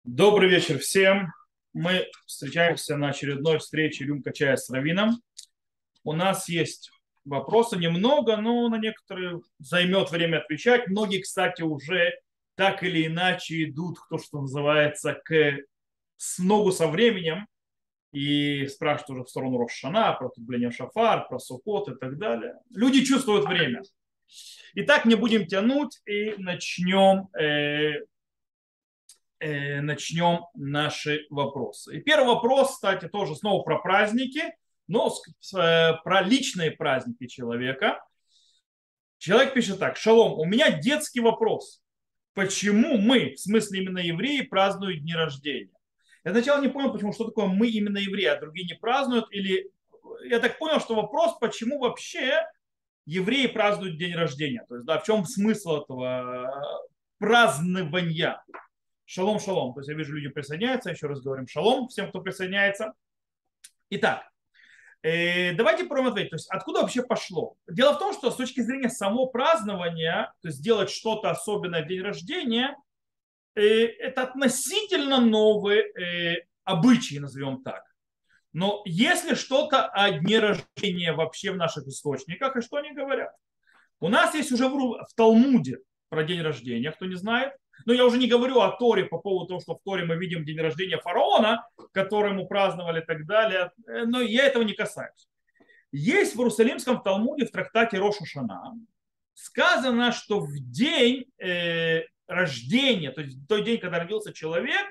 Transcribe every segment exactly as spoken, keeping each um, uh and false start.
Добрый вечер всем. Мы встречаемся на очередной встрече «Рюмка чая с Равином». У нас есть вопросы немного, но на некоторые займет время отвечать. Многие, кстати, уже так или иначе идут, кто что называется, к с ногу со временем и спрашивают уже в сторону Рош ха-Шана, про отступление Шафар, про Суккот и так далее. Люди чувствуют время. Итак, не будем тянуть и начнем э, э, начнем наши вопросы. И первый вопрос, кстати, тоже снова про праздники, но с- э, про личные праздники человека. Человек пишет так: Шалом, у меня детский вопрос. Почему мы, в смысле именно евреи, празднуют дни рождения? Я сначала не понял, почему, что такое мы именно евреи, а другие не празднуют. Или я так понял, что вопрос, почему вообще евреи празднуют день рождения. То есть, да, в чем смысл этого э, празднования? Шалом, шалом. То есть я вижу, люди присоединяются. Еще раз говорим шалом всем, кто присоединяется. Итак, э, давайте пробуем ответить. То есть откуда вообще пошло? Дело в том, что с точки зрения самого празднования, то есть сделать что-то особенное в день рождения, э, это относительно новые э, обычаи, назовем так. Но если что-то о дне рождения вообще в наших источниках, и что они говорят? У нас есть уже в, Ру- в Талмуде про день рождения, кто не знает. Но я уже не говорю о Торе по поводу того, что в Торе мы видим день рождения фараона, который мы праздновали и так далее. Э, Но я этого не касаюсь. Есть в Иерусалимском Талмуде в трактате Рош ха-Шана сказано, что в день э, рождения, то есть в тот день, когда родился человек,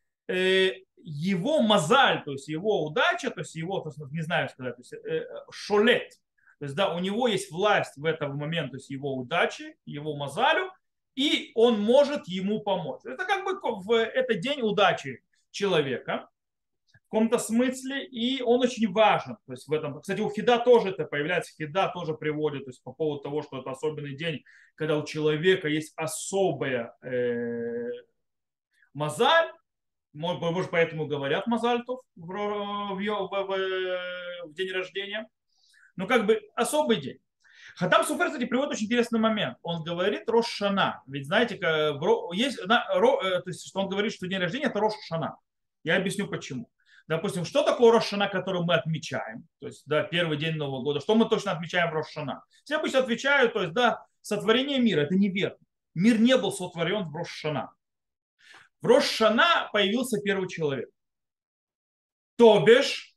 э, его мазаль, то есть его удача, то есть его, то есть, не знаю сказать, то есть, э, шолет, то есть да, у него есть власть в этот момент, то есть его удачи, его мазалю, и он может ему помочь. Это как бы в это день удачи человека в каком-то смысле, и он очень важен. То есть в этом, кстати, у Хида тоже это появляется, Хида тоже приводит, то есть по поводу того, что это особенный день, когда у человека есть особая э, мозаль, может, может, поэтому говорят Мазальтов в, в, в, в- в день рождения. Ну, как бы особый день. Хатам Суфер, кстати, приводит очень интересный момент. Он говорит Рош Шана. Ведь знаете, как, в Ро- есть, на- Ро- э, то есть, что он говорит, что день рождения это Рош Шана. Я объясню почему. Допустим, что такое Рош Шана, который мы отмечаем? То есть, да, первый день Нового года. Что мы точно отмечаем в Рош Шана? Все обычно отвечают, то есть, да, сотворение мира. Это неверно. Мир не был сотворен в Рош Шана. В Рош Шана появился первый человек. То бишь,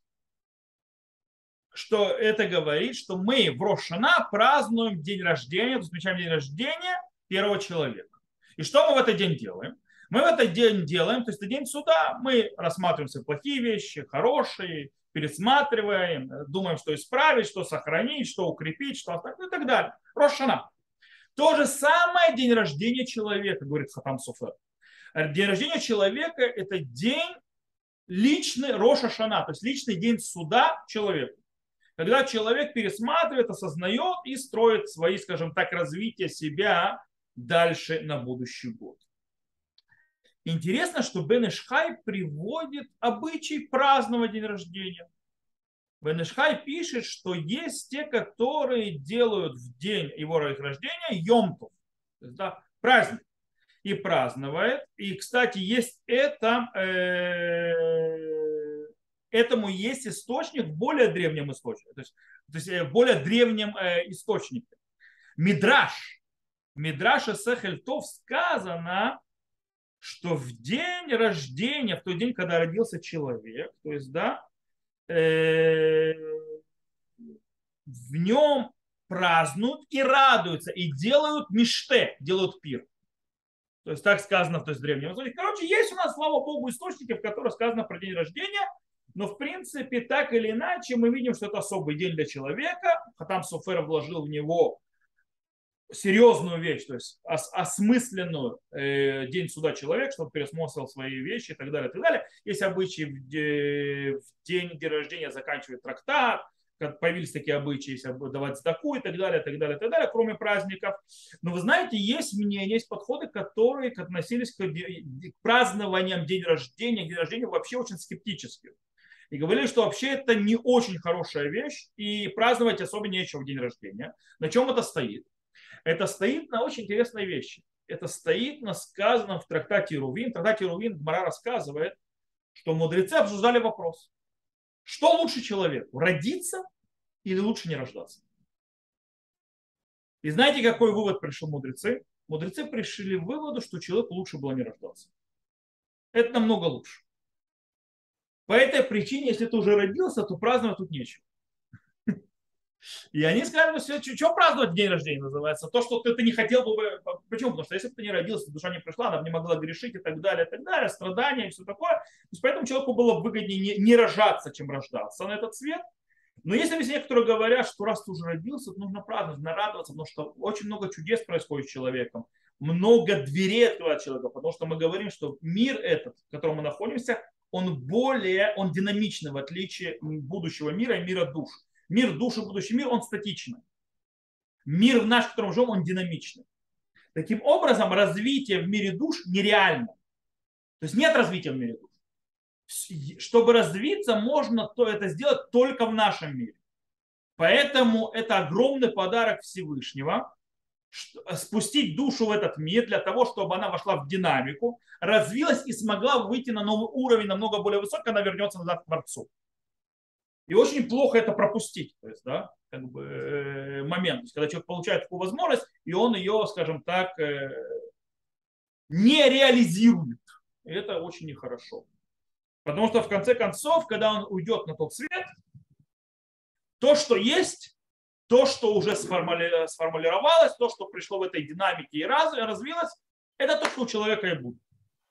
что это говорит, что мы в Рош ха-Шана празднуем день рождения, то есть отмечаем день рождения первого человека. И что мы в этот день делаем? Мы в этот день делаем, то есть это день суда, мы рассматриваем все плохие вещи, хорошие, пересматриваем, думаем, что исправить, что сохранить, что укрепить, что оставить, ну и так далее. Рош ха-Шана. То же самое день рождения человека, говорит Хатам Софер. День рождения человека – это день личный Рош ха-Шана, то есть личный день суда человека. Когда человек пересматривает, осознает и строит свои, скажем так, развитие себя дальше на будущий год. Интересно, что Бен Ишхай приводит обычай праздновать день рождения. Бен Ишхай пишет, что есть те, которые делают в день его рождения йомтов, то есть, да, праздник, и празднует. И, кстати, есть это, э, этому есть источник в более древнем источнике, то есть, то есть э, в более древнем э, источнике. Мидраш. Мидраш Эсехель Тов сказано, что в день рождения, в тот день, когда родился человек, то есть, да, э, в нем празднуют и радуются, и делают миште, делают пир. То есть так сказано в то есть, древнем источнике. Короче, есть у нас, слава богу, источники, в которых сказано про день рождения, но в принципе так или иначе мы видим, что это особый день для человека. Хатам Софер вложил в него серьезную вещь, то есть ос- осмысленную э, день суда человека, чтобы пересмотрел свои вещи и так далее, и так далее. Есть обычаи в, де- в день день рождения заканчивать трактат, как появились такие обычаи, если давать сдаку и так далее, и так далее, и так далее, кроме праздников. Но вы знаете, есть мнения, есть подходы, которые относились к, де- к празднованиям день рождения, к день рождения вообще очень скептически. И говорили, что вообще это не очень хорошая вещь, и праздновать особо нечего в день рождения. На чем это стоит? Это стоит на очень интересной вещи. это стоит на сказанном в трактате Рувин. В трактате Рувин Гмара рассказывает, что мудрецы обсуждали вопрос, что лучше человеку, родиться или лучше не рождаться. И знаете, какой вывод пришел мудрецы? Мудрецы пришли к выводу, что человеку лучше было не рождаться. Это намного лучше. По этой причине, если ты уже родился, то праздновать тут нечего. И они сказали, что, что праздновать день рождения называется? То, что ты, ты не хотел бы... Почему? Потому что если бы ты не родился, душа не пришла, она бы не могла грешить и так далее, и так далее, страдания и все такое. То есть поэтому человеку было выгоднее не, не рожаться, чем рождаться на этот свет. Но если есть некоторые говорят, что раз ты уже родился, то нужно праздновать, нарадоваться, потому что очень много чудес происходит с человеком. Много дверей открывает человека, потому что мы говорим, что мир этот, в котором мы находимся, он более, он динамичный, в отличие будущего мира и мира душ. Мир душ и будущий мир, он статичный. Мир в наш, в котором живем, он динамичный. Таким образом, развитие в мире душ нереально. То есть нет развития в мире душ. Чтобы развиться, можно то это сделать только в нашем мире. Поэтому это огромный подарок Всевышнего, спустить душу в этот мир для того, чтобы она вошла в динамику, развилась и смогла выйти на новый уровень, намного более высокий, она вернется назад к Творцу. И очень плохо это пропустить, то есть, да, как бы, момент, то есть, когда человек получает такую возможность, и он ее, скажем так, не реализирует. И это очень нехорошо. Потому что в конце концов, когда он уйдет на тот свет, то, что есть, то, что уже сформули... сформулировалось, то, что пришло в этой динамике и раз... развилось, это то, что у человека и будет.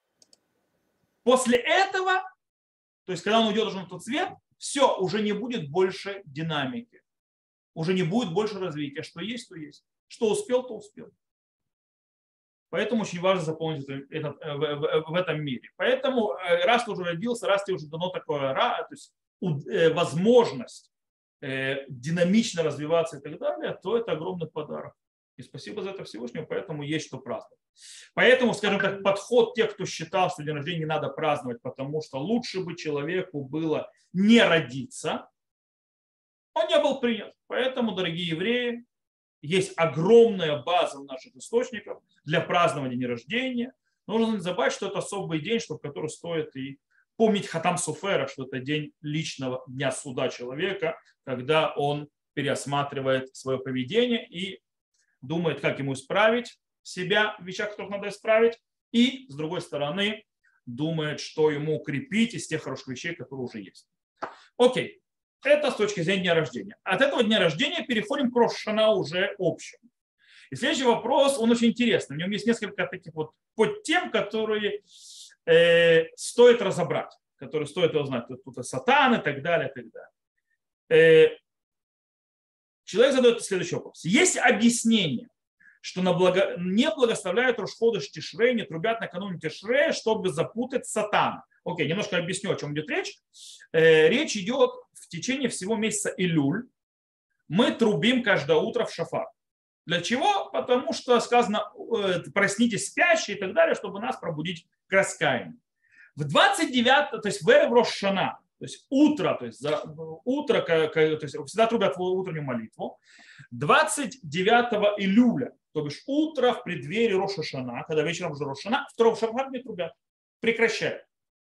После этого, то есть когда он уйдет уже на тот свет, все, уже не будет больше динамики. Уже не будет больше развития. Что есть, то есть. Что успел, то успел. Поэтому очень важно запомнить это, это, в, в, в этом мире. Поэтому раз ты уже родился, раз тебе уже дано такое, то есть возможность динамично развиваться и так далее, то это огромный подарок. И спасибо за это Всевышнему, поэтому есть что праздновать. Поэтому, скажем так, подход тех, кто считал, что день рождения не надо праздновать, потому что лучше бы человеку было не родиться, он не был принят. Поэтому, дорогие евреи, есть огромная база наших источников для празднования дня рождения. Нужно не забывать, что это особый день, в который стоит и помнить Хатам Суфера, что это день личного дня суда человека, когда он переосматривает свое поведение и думает, как ему исправить себя в вещах, которых надо исправить, и, с другой стороны, думает, что ему укрепить из тех хороших вещей, которые уже есть. Окей, это с точки зрения дня рождения. От этого дня рождения переходим к Рош ха-Шана уже общему. И следующий вопрос, он очень интересный. В нем есть несколько таких вот подтем, которые э, стоит разобрать, которые стоит узнать. Тут, тут сатан и так далее, и так далее. Э, Человек задает следующий вопрос. Есть объяснение, что на благо... не благословляют Рош ходеш Тишрей, не трубят накануне Тишрея, чтобы запутать сатана. Окей, немножко объясню, о чем идет речь. Э, речь идет в течение всего месяца Илюль. Мы трубим каждое утро в шафар. Для чего? Потому что сказано, э, проснитесь спящие и так далее, чтобы нас пробудить к раскаянию. В двадцать девятое, то есть в эрев Рош ха-Шана, то есть утро, то есть за, утро, то есть всегда трубят утреннюю молитву. двадцать девятого Илюля, то бишь утро в преддверии Рош ха-Шана, когда вечером уже Рош ха-Шана, второго шафар не трубят, прекращают.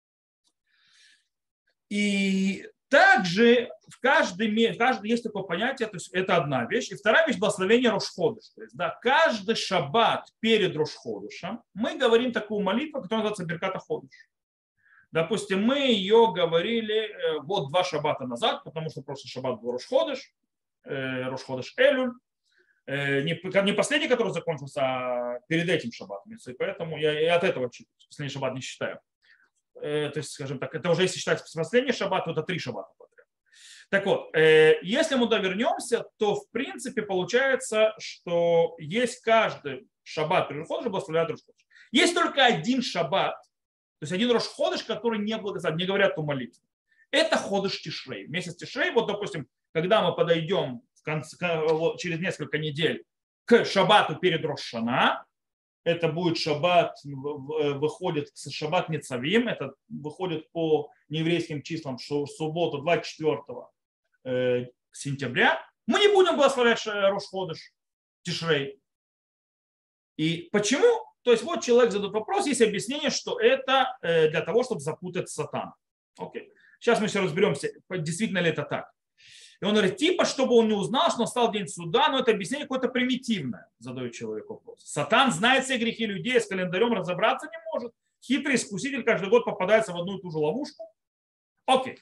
И также в каждом в каждый есть такое понятие, то есть это одна вещь. И вторая вещь – благословение Рош ходеш. То есть, да, каждый шаббат перед Рош ходешем мы говорим такую молитву, которая называется Беркат ходеш. Допустим, мы ее говорили вот два шаббата назад, потому что прошлый шаббат был Рош ходеш, Рош ходеш Элюль. Не последний, который закончился, а перед этим шаббатом. И поэтому я и от этого последний шаббат не считаю. То есть, скажем так, это уже если считать последний шаббат, то это три шаббата подряд. Так вот, если мы туда вернемся, то в принципе получается, что есть каждый шаббат перед Ходеш благословляет Рош ходеш. Есть только один шаббат, то есть один Рош ходеш, который не благословляет, не говорят ту молитву. Это Ходеш Тишрей. Месяц Тишрей, вот допустим, когда мы подойдем в конце, через несколько недель к шаббату перед Рош ха-Шана, это будет шаббат, выходит шаббат Ницавим, это выходит по нееврейским числам суббота двадцать четвёртого сентября. Мы не будем благословлять Рош ходеш Тишрей. И почему? То есть вот человек задает вопрос, есть объяснение, что это для того, чтобы запутать сатану. Окей. Сейчас мы еще разберемся, действительно ли это так. И он говорит, типа, чтобы он не узнал, что настал день суда, но это объяснение какое-то примитивное, задает человек вопрос. Сатан знает все грехи людей, с календарем разобраться не может. Хитрый искуситель каждый год попадается в одну и ту же ловушку. Окей.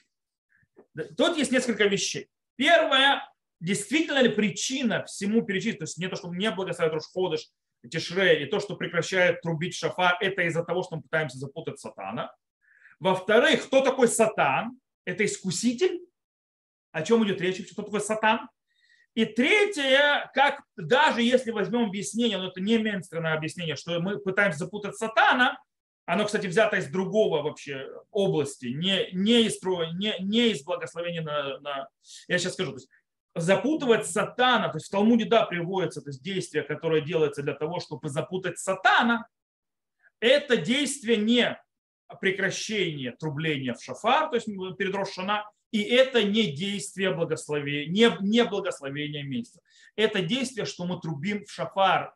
Тут есть несколько вещей. Первое, действительно ли причина всему перечислить, то есть не то, что не благословляет Рош ходеш, Тишрей, и то, что прекращает трубить шафар, это из-за того, что мы пытаемся запутать сатана. Во-вторых, кто такой сатан? Это искуситель. О чем идет речь? Что такое сатан? И третье, как даже если возьмем объяснение, но это не мейнстримное объяснение, что мы пытаемся запутать сатана, оно, кстати, взято из другого вообще области, не, не, из, не, не из благословения на, на... Я сейчас скажу. То есть запутывать сатана, то есть в Талмуде, да, приводится то есть действие, которое делается для того, чтобы запутать сатана, это действие не прекращение трубления в шафар, то есть перед Рош Шана, и это не действие благословения, не, не благословение месяца. Это действие, что мы трубим в шафар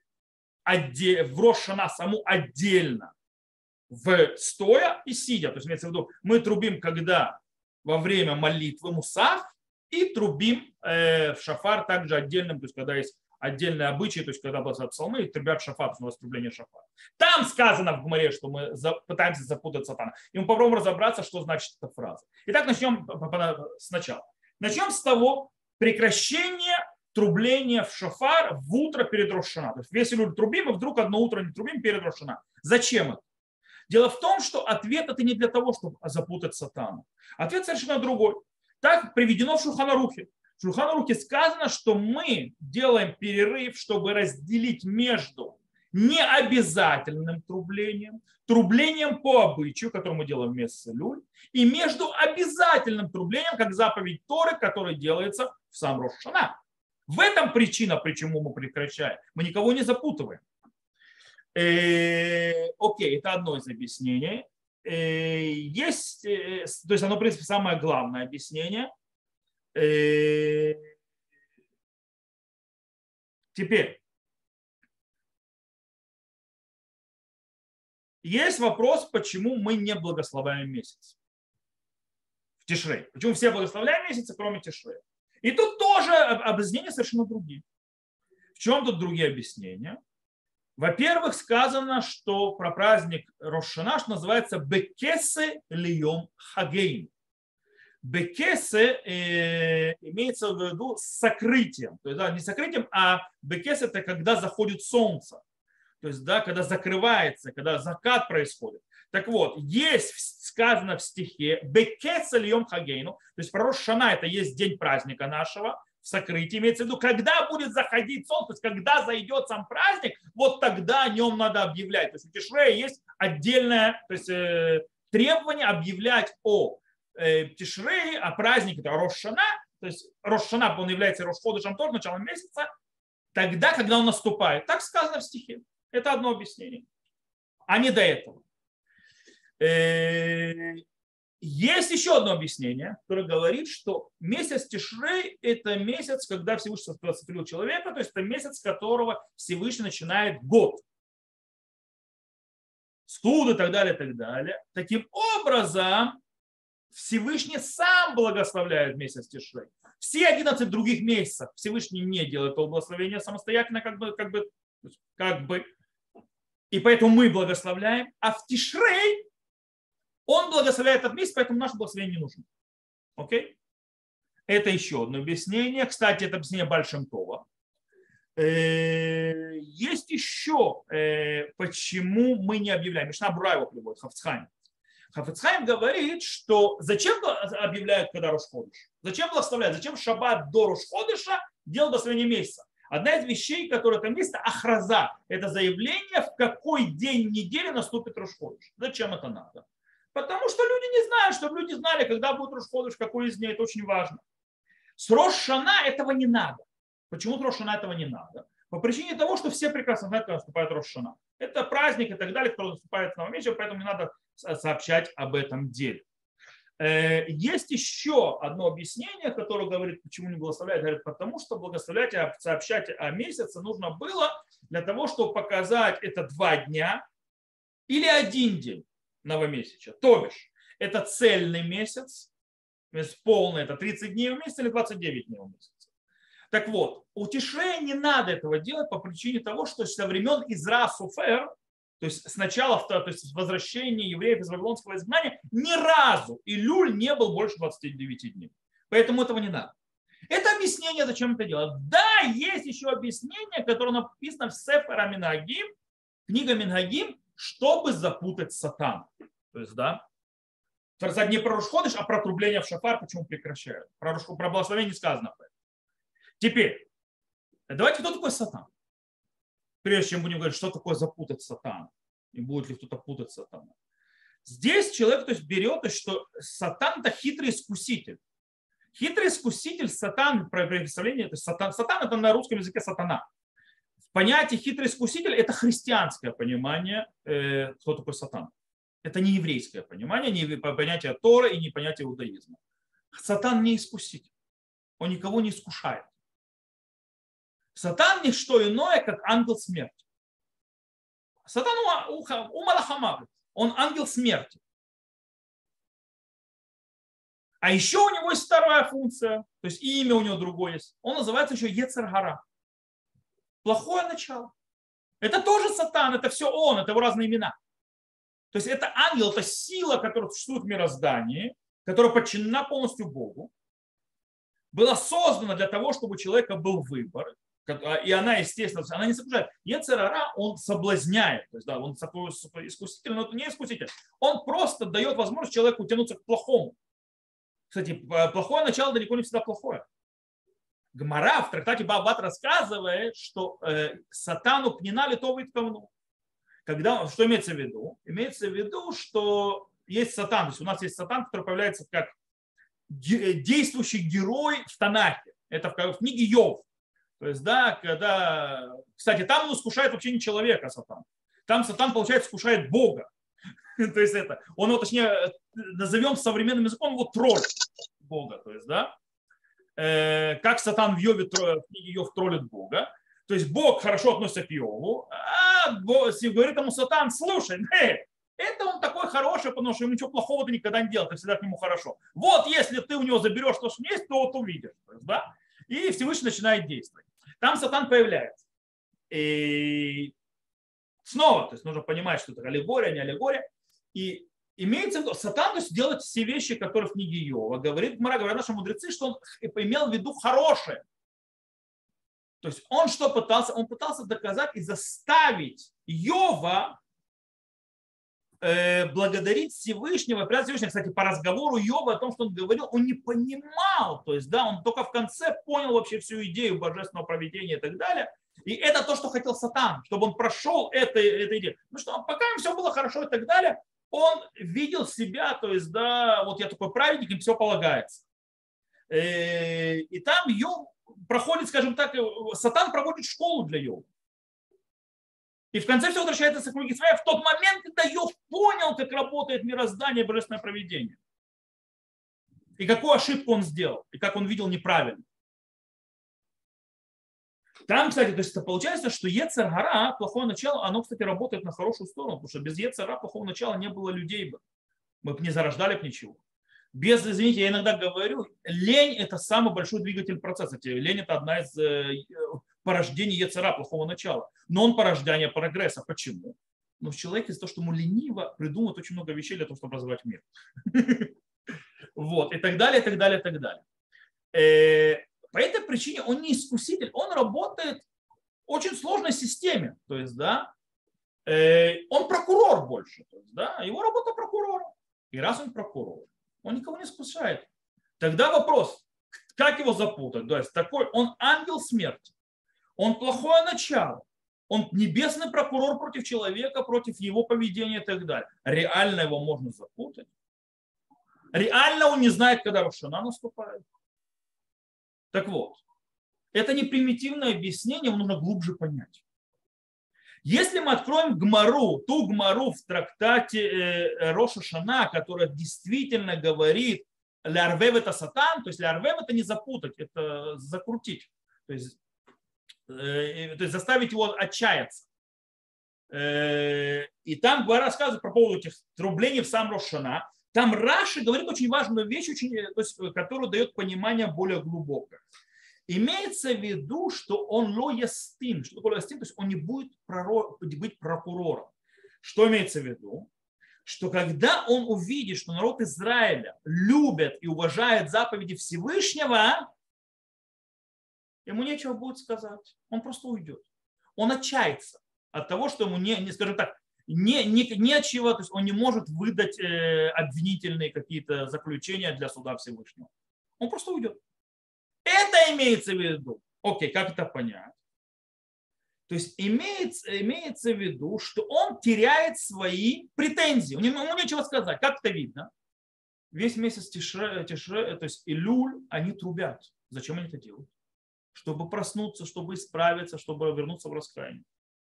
отдель, в Рош Шана саму отдельно, в стоя и сидя. То есть имеется в виду, мы трубим, когда во время молитвы мусав, и трубим э, в шафар также отдельным, то есть когда есть отдельные обычаи, то есть когда бросают псалмы и трубят шафар, то есть трубление шафара. Там сказано в Гмаре, что мы за, пытаемся запутать сатана. И мы попробуем разобраться, что значит эта фраза. Итак, начнем сначала. Начнем с того прекращения трубления в шафар в утро перед Рош Шана. То есть весь Илюль трубим, и вдруг одно утро не трубим перед Рош Шана. Зачем это? Дело в том, что ответ это не для того, чтобы запутать сатану. Ответ совершенно другой. Так приведено в Шулхан Арухе. В Шулхан Арухе сказано, что мы делаем перерыв, чтобы разделить между необязательным трублением, трублением по обычаю, которое мы делаем вместо Илюль, и между обязательным трублением, как заповедь Торы, которая делается в сам Рош Шана. В этом причина, почему мы прекращаем. Мы никого не запутываем. Э, окей, это одно из объяснений. Э, есть, э, то есть оно, в принципе, самое главное объяснение. Э, теперь, есть вопрос, почему мы не благословляем месяц в Тишрей. Почему все благословляем месяцы, кроме Тишрея. И тут тоже объяснения совершенно другие. В чем тут другие объяснения? Во-первых, сказано, что про праздник Рош Шана, что называется Бекесе Льем Хагейн. Бекесе э, имеется в виду с сокрытием. То есть, да, не сокрытием, а бекесе это когда заходит солнце. То есть, да, когда закрывается, когда закат происходит. Так вот, есть сказано в стихе Бекесе Льем Хагейну. То есть про Рош Шана это есть день праздника нашего. В сокрытии имеется в виду, когда будет заходить солнце, то есть когда зайдет сам праздник, вот тогда о нем надо объявлять. То есть у Тишрея есть отдельное то есть, э, требование объявлять о э, Тишрее, о празднике, это Рош Шана, то есть Рош Шана, он является Рош ходешем тоже, началом месяца, тогда, когда он наступает. Так сказано в стихе. Это одно объяснение. А не до этого. Э, Есть еще одно объяснение, которое говорит, что месяц Тишрей – это месяц, когда Всевышний сотворил человека, то есть это месяц, с которого Всевышний начинает год. Студ и так далее, и так далее. Таким образом, Всевышний сам благословляет месяц Тишрей. Все одиннадцать других месяцев Всевышний не делает это благословение самостоятельно, как бы, как бы, как бы. И поэтому мы благословляем. А в Тишрей он благословляет этот месяц, поэтому наше благословение не нужно. Окей? Это еще одно объяснение. Кстати, это объяснение Бааль Шем Това. Есть еще, почему мы не объявляем. Мишна Брура его приводит, Хафец Хаим. Хафец Хаим говорит, что зачем объявляют, когда Рош ходеш? Зачем благословляют? Зачем шаббат до Рош ходеша делать благословение месяца? Одна из вещей, которая там есть, это ахраза. Это заявление, в какой день недели наступит Рош ходеш. Зачем это надо? Потому что люди не знают, чтобы люди знали, когда будет Рош ходеш, какой из дней. Это очень важно. С Рош Шана этого не надо. Почему с Рош Шана этого не надо? По причине того, что все прекрасно знают, когда наступает Рош Шана. Это праздник и так далее, который наступает с новым месяцем, поэтому не надо сообщать об этом деле. Есть еще одно объяснение, которое говорит, почему не благословлять. Говорит, потому что благословлять и сообщать о месяце нужно было для того, чтобы показать это два дня или один день новомесяча. То бишь, это цельный месяц, то есть полный, это тридцать дней в месяц или двадцать девять дней в месяц. Так вот, у Тишрея не надо этого делать по причине того, что со времен Изра Суфер, то есть сначала, то есть возвращения евреев из вавилонского изгнания, ни разу Илюль не был больше двадцати девяти дней. Поэтому этого не надо. Это объяснение, зачем это делать. Да, есть еще объяснение, которое написано в Сефер Минхагим, книга Минхагим, чтобы запутать сатану. То есть, да, не про Рош-ходеш, а про трубление в шафар, почему прекращают. Про, про благословение не сказано. Теперь, давайте, кто такой сатан? Прежде чем будем говорить, что такое запутать сатану, и будет ли кто-то путать сатану. Здесь человек, то есть, берет, то есть, что сатан – это хитрый искуситель. Хитрый искуситель, сатан, про представление, то есть сатан, сатан – это на русском языке сатана. Понятие хитрый искуситель – это христианское понимание, э, кто такой сатан. Это не еврейское понимание, не понятие Тора и не понятие иудаизма. Сатан не искуситель. Он никого не искушает. Сатан не что иное, как ангел смерти. Сатан у Малахамавит. Он ангел смерти. А еще у него есть вторая функция, то есть имя у него другое есть. Он называется еще Йецер Гара. Плохое начало. Это тоже сатан, это все он, это его разные имена. То есть это ангел, это сила, которая существует в мироздании, которая подчинена полностью Богу. Была создана для того, чтобы у человека был выбор. И она, естественно, она не соблазняет. Йецер Гара, он соблазняет. То есть, да, он такой искуситель, но это не искуситель. Он просто дает возможность человеку тянуться к плохому. Кстати, плохое начало далеко не всегда плохое. Гмара в трактате Баба Батра рассказывает, что э, сатану пнина литова и ткавну. Когда, что имеется в виду? Имеется в виду, что есть сатан. То есть у нас есть сатан, который появляется как действующий герой в Танахе. Это в, в книге Йов. То есть, да, когда... Кстати, там он искушает вообще не человека, сатан. Там сатан, получается, искушает Бога. То есть это, он его, точнее, назовем современным языком, его тролль Бога. То есть, да, э, как сатан в Йове, в книге Йов троллит Бога. То есть Бог хорошо относится к Йову, а говорит ему сатан, слушай, эй, это он такой хороший, потому что ему ничего плохого ты никогда не делал, ты всегда к нему хорошо. Вот если ты у него заберешь то, что есть, то вот увидишь. То есть, да? И Всевышний начинает действовать. Там сатан появляется. И снова, то есть нужно понимать, что это аллегория, не аллегория. И имеется в виду, сатан то есть, делает все вещи, которые в книге Йова. Говорит, Гмара, говорят наши мудрецы, что он имел в виду хорошее. То есть он что пытался? Он пытался доказать и заставить Йова э, благодарить Всевышнего. Всевышнего, кстати, по разговору Йова о том, что он говорил, он не понимал. То есть, да, он только в конце понял вообще всю идею божественного провидения и так далее. И это то, что хотел сатан, чтобы он прошел это, эту идею. Ну что, пока им все было хорошо и так далее, он видел себя, то есть, да, вот я такой праведник, им все полагается. И там Йов проходит, скажем так, сатан проводит школу для Йова. И в конце все возвращается к книге своей в тот момент, когда Йов понял, как работает мироздание, божественное провидение. И какую ошибку он сделал, и как он видел неправильно. Там, кстати, то есть это получается, что Йецер Гара, плохое начало, оно, кстати, работает на хорошую сторону, потому что без Йецер Гара плохого начала не было людей бы. Мы бы не зарождали бы ничего. Без, извините, я иногда говорю, лень – это самый большой двигатель процесса. Лень – это одна из порождений Йецер Гара, плохого начала. Но он порождение прогресса. Почему? Но в человеке из-за того, что ему лениво, придумывает очень много вещей для того, чтобы образовать мир. Вот, и так далее, и так далее, и так далее. По этой причине он не искуситель, он работает в очень сложной системе. То есть, да, он прокурор больше. То есть, да, его работа прокурора. И раз он прокурор, он никого не искушает. Тогда вопрос, как его запутать? То есть, такой, он ангел смерти, он плохое начало, он небесный прокурор против человека, против его поведения и так далее. Реально его можно запутать. Реально он не знает, когда Рош ха-Шана наступает. Так вот, это не примитивное объяснение, его нужно глубже понять. Если мы откроем Гмару, ту Гмару в трактате Рош ха-Шана, которая действительно говорит лярвев это сатан, то есть лярвев это не запутать, это закрутить, то есть, э, то есть заставить его отчаяться. Э, и там Гмара рассказывает про поводу этих трублений в сам Рош ха-Шана. Там Раши говорит очень важную вещь, очень, то есть, которую дает понимание более глубокое. Имеется в виду, что он ло ястим. Что такое ястим? То есть он не будет пророк, быть прокурором. Что имеется в виду? Что когда он увидит, что народ Израиля любит и уважает заповеди Всевышнего, ему нечего будет сказать. Он просто уйдет. Он отчается от того, что ему не, не скажем так, не, не, нечего, то есть он не может выдать э, обвинительные какие-то заключения для суда Всевышнего. Он просто уйдет. Это имеется в виду. Окей, как это понять? То есть имеется, имеется в виду, что он теряет свои претензии. Ему, ему нечего сказать. Как это видно? Весь месяц Тишре, Тишре, то есть Илюль, они трубят. Зачем они это делают? Чтобы проснуться, чтобы исправиться, чтобы вернуться в раскаяние.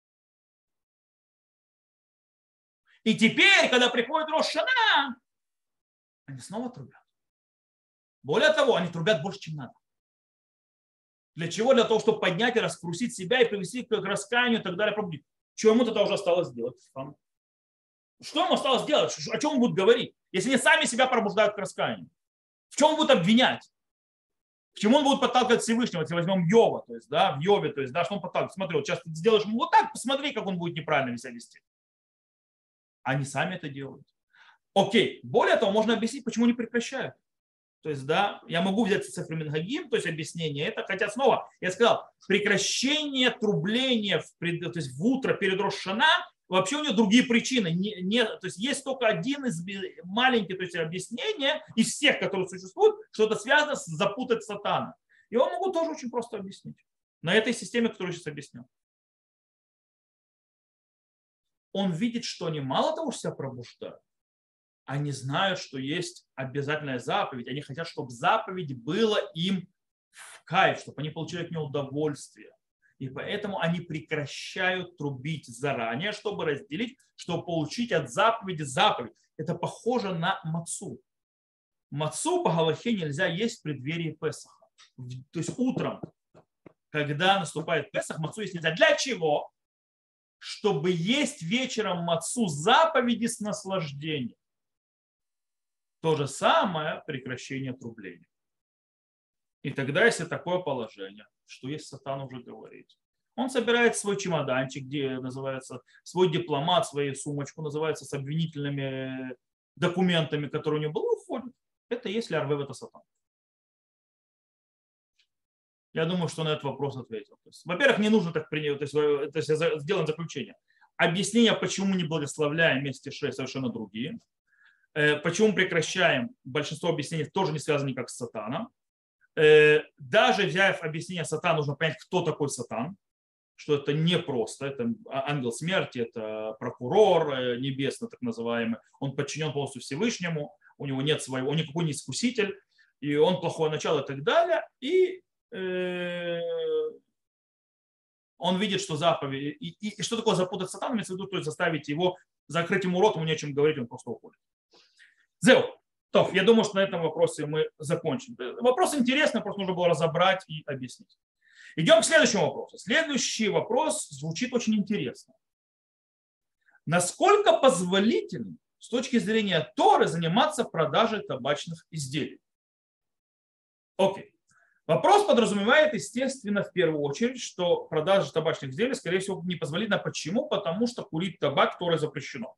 И теперь, когда приходит Рош ха-Шана, они снова трубят. Более того, они трубят больше, чем надо. Для чего? Для того, чтобы поднять и раскрутить себя и привести к раскаянию и так далее. Что ему тогда уже осталось делать? Что ему осталось делать? О чем он будет говорить? Если они сами себя пробуждают к раскаянию. В чем он будет обвинять? К чему он будет подталкивать Всевышнего? Если возьмем Йова, то есть, да, в Йове, то есть, да, что он подталкивает? Смотри, вот сейчас ты сделаешь ему вот так, посмотри, как он будет неправильно себя вести. Они сами это делают. Окей. Более того, можно объяснить, почему не прекращают. То есть, да, я могу взять цифры Минхагим, то есть объяснение это, хотя снова, я сказал, прекращение трубления в, то есть в утро перед Рош ха-Шана, вообще у него другие причины. Не, не, то есть есть только один из маленьких, то есть объяснения из всех, которые существуют, что это связано с запутать сатана. Его могу тоже очень просто объяснить. На этой системе, которую я сейчас объясню. Он видит, что они мало того, что себя пробуждают, они знают, что есть обязательная заповедь. Они хотят, чтобы заповедь была им в кайф, чтобы они получили от нее удовольствие. И поэтому они прекращают трубить заранее, чтобы разделить, чтобы получить от заповеди заповедь. Это похоже на мацу. Мацу по галахе нельзя есть в преддверии Песаха. То есть утром, когда наступает Песах, мацу есть нельзя. Для чего? Чтобы есть вечером мацу заповеди с наслаждением. То же самое прекращение трубления. И тогда, если такое положение, что есть сатан уже говорит, он собирает свой чемоданчик, где называется, свой дипломат, свою сумочку, называется, с обвинительными документами, которые у него были, уходит. Это если арвев это сатан. Я думаю, что на этот вопрос ответил. То есть, во-первых, не нужно так принять, то есть, то есть сделаем заключение. Объяснения, почему не благословляем вместе шесть, совершенно другие. Почему прекращаем, большинство объяснений тоже не связано никак с сатаном. Даже взяв объяснение сатана, нужно понять, кто такой сатан, что это не просто, это ангел смерти, это прокурор небесный, так называемый, он подчинен полностью Всевышнему, у него нет своего, он никакой не искуситель, и он плохое начало и так далее, и э, он видит, что заповедь, и, и, и что такое запутать сатаном, имеется в виду, то есть заставить его, закрыть ему рот, ему не о чем говорить, он просто уходит. Зеу. То, я думаю, что на этом вопросе мы закончим. Вопрос интересный, просто нужно было разобрать и объяснить. Идем к следующему вопросу. Следующий вопрос звучит очень интересно. Насколько позволительно с точки зрения Торы заниматься продажей табачных изделий? Окей. Вопрос подразумевает, естественно, в первую очередь, что продажа табачных изделий, скорее всего, непозволительна. Почему? Потому что курить табак Торой запрещено.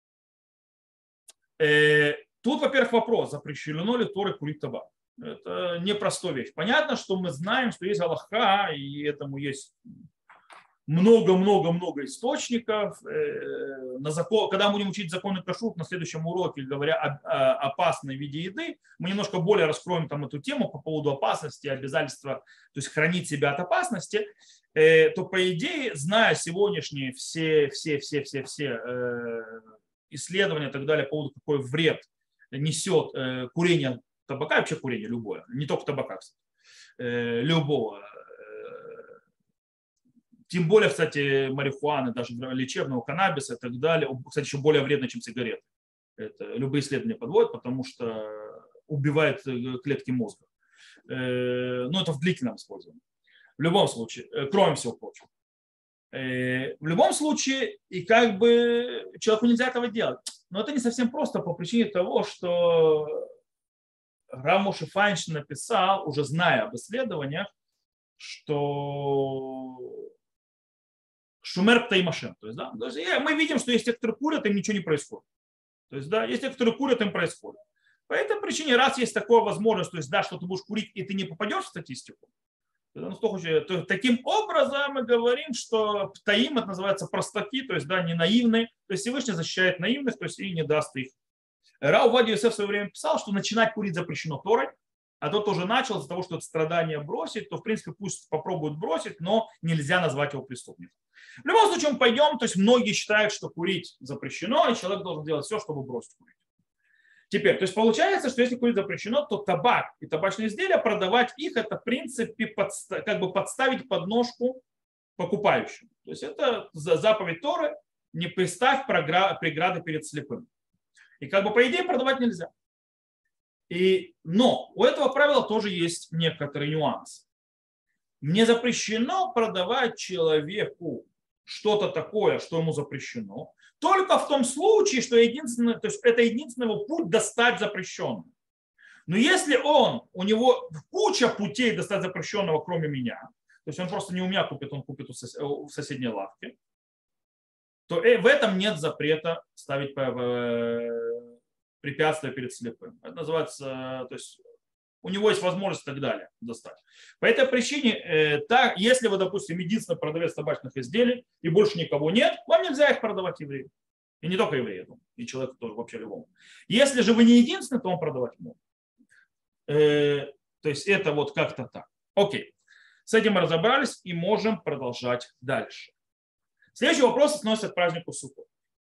Тут, во-первых, вопрос, запрещено ли Торой курить табак. Это непростая вещь. Понятно, что мы знаем, что есть галаха, и этому есть много-много-много источников. На закон, когда мы будем учить законы кашрут на следующем уроке, говоря о опасной виде еды, мы немножко более раскроем там эту тему по поводу опасности, обязательства, то есть хранить себя от опасности, то по идее, зная сегодняшние все, все, все, все, все исследования и так далее по поводу, какой вред несет курение табака, вообще курение любое, не только табака, кстати, любого тем более, кстати, марихуаны, даже лечебного каннабиса и так далее, кстати, еще более вредно, чем сигареты. Это любые исследования подводят, потому что убивает клетки мозга. Но это в длительном использовании. В любом случае, кроме всего прочего. В любом случае, и как бы человеку нельзя этого делать. Но это не совсем просто по причине того, что Рав Моше Файнштейн написал, уже зная об исследованиях, что шумер птаймашем. То есть, да, то есть мы видим, что есть те, кто курят, им ничего не происходит. То есть, да, есть те, кто курят, им происходит. По этой причине, раз есть такая возможность, то есть, да, что ты будешь курить, и ты не попадешь в статистику, ну, кто хочет, то, таким образом мы говорим, что птаим, это называется простаки, то есть, да, не наивные, то есть Всевышний защищает наивных, то есть и не даст их. Рав Овадия Йосеф в свое время писал, что начинать курить запрещено Торой, а тот тоже начал из-за того, что это страдание бросить, то, в принципе, пусть попробуют бросить, но нельзя назвать его преступником. В любом случае, мы пойдем, то есть многие считают, что курить запрещено, и человек должен делать все, чтобы бросить курить. Теперь, то есть получается, что если курить запрещено, то табак и табачные изделия, продавать их, это в принципе подста- как бы подставить подножку покупающему. То есть это заповедь Торы, не приставь преграды перед слепым. И как бы по идее продавать нельзя. И, но у этого правила тоже есть некоторые нюансы. Не запрещено продавать человеку что-то такое, что ему запрещено, только в том случае, что единственное, то есть это единственный его путь достать запрещенное. Но если он, у него куча путей достать запрещенного, кроме меня, то есть он просто не у меня купит, он купит в соседней лавке, то в этом нет запрета ставить препятствия перед слепым. Это называется, то есть у него есть возможность и так далее достать. По этой причине, так, если вы, допустим, единственный продавец табачных изделий и больше никого нет, вам нельзя их продавать еврею. И не только еврею, и человеку тоже вообще любому. Если же вы не единственный, то он продавать может. То есть это вот как-то так. Окей. С этим мы разобрались и можем продолжать дальше. Следующий вопрос относится к празднику Суккот.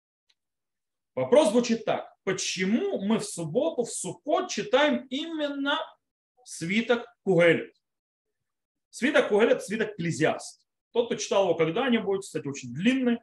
Вопрос звучит так. Почему мы в субботу, в Суккот читаем именно свиток Кугелет? Свиток Кугелет – свиток Экклезиаст. Тот, кто читал его когда-нибудь, кстати, очень длинный,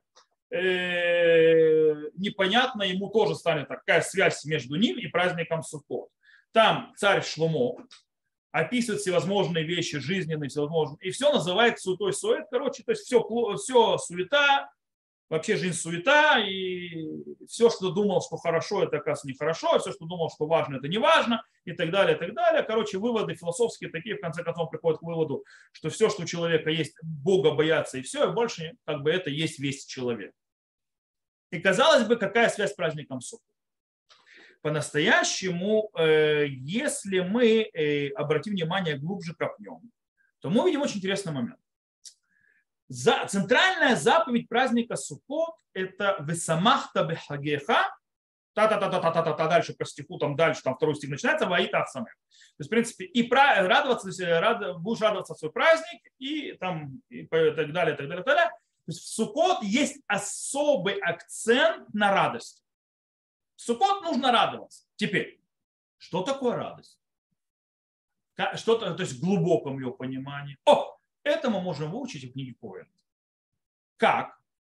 непонятно, ему тоже станет такая связь между ним и праздником Суккот. Там царь Шломо описывает всевозможные вещи жизненные, всевозможные, и все называет суетой сует. Короче, то есть все, все суета, вообще жизнь суета, и все, что думал, что хорошо, это, оказывается, нехорошо, а все, что думал, что важно, это не важно, и так далее, и так далее. Короче, выводы философские такие, в конце концов, приходят к выводу, что все, что у человека есть, Бога бояться, и все, и больше, как бы, это есть весь человек. И, казалось бы, какая связь с праздником Суккот? По-настоящему, если мы обратим внимание, глубже копнем, то мы увидим очень интересный момент. За, центральная заповедь праздника Суккот – это «Весамахта бехагеха», та-та-та-та-та-та-та, дальше по стиху, там дальше, там второй стих начинается, «Ваита асамех». То есть, в принципе, и радоваться, рад, будешь радоваться в свой праздник, и там, и так далее, и так далее, и так далее. То есть в Суккот есть особый акцент на радость. В Суккот нужно радоваться. Теперь, что такое радость? Что-то, то есть в глубоком ее понимании. О, это мы можем выучить в книге Коэн. Как?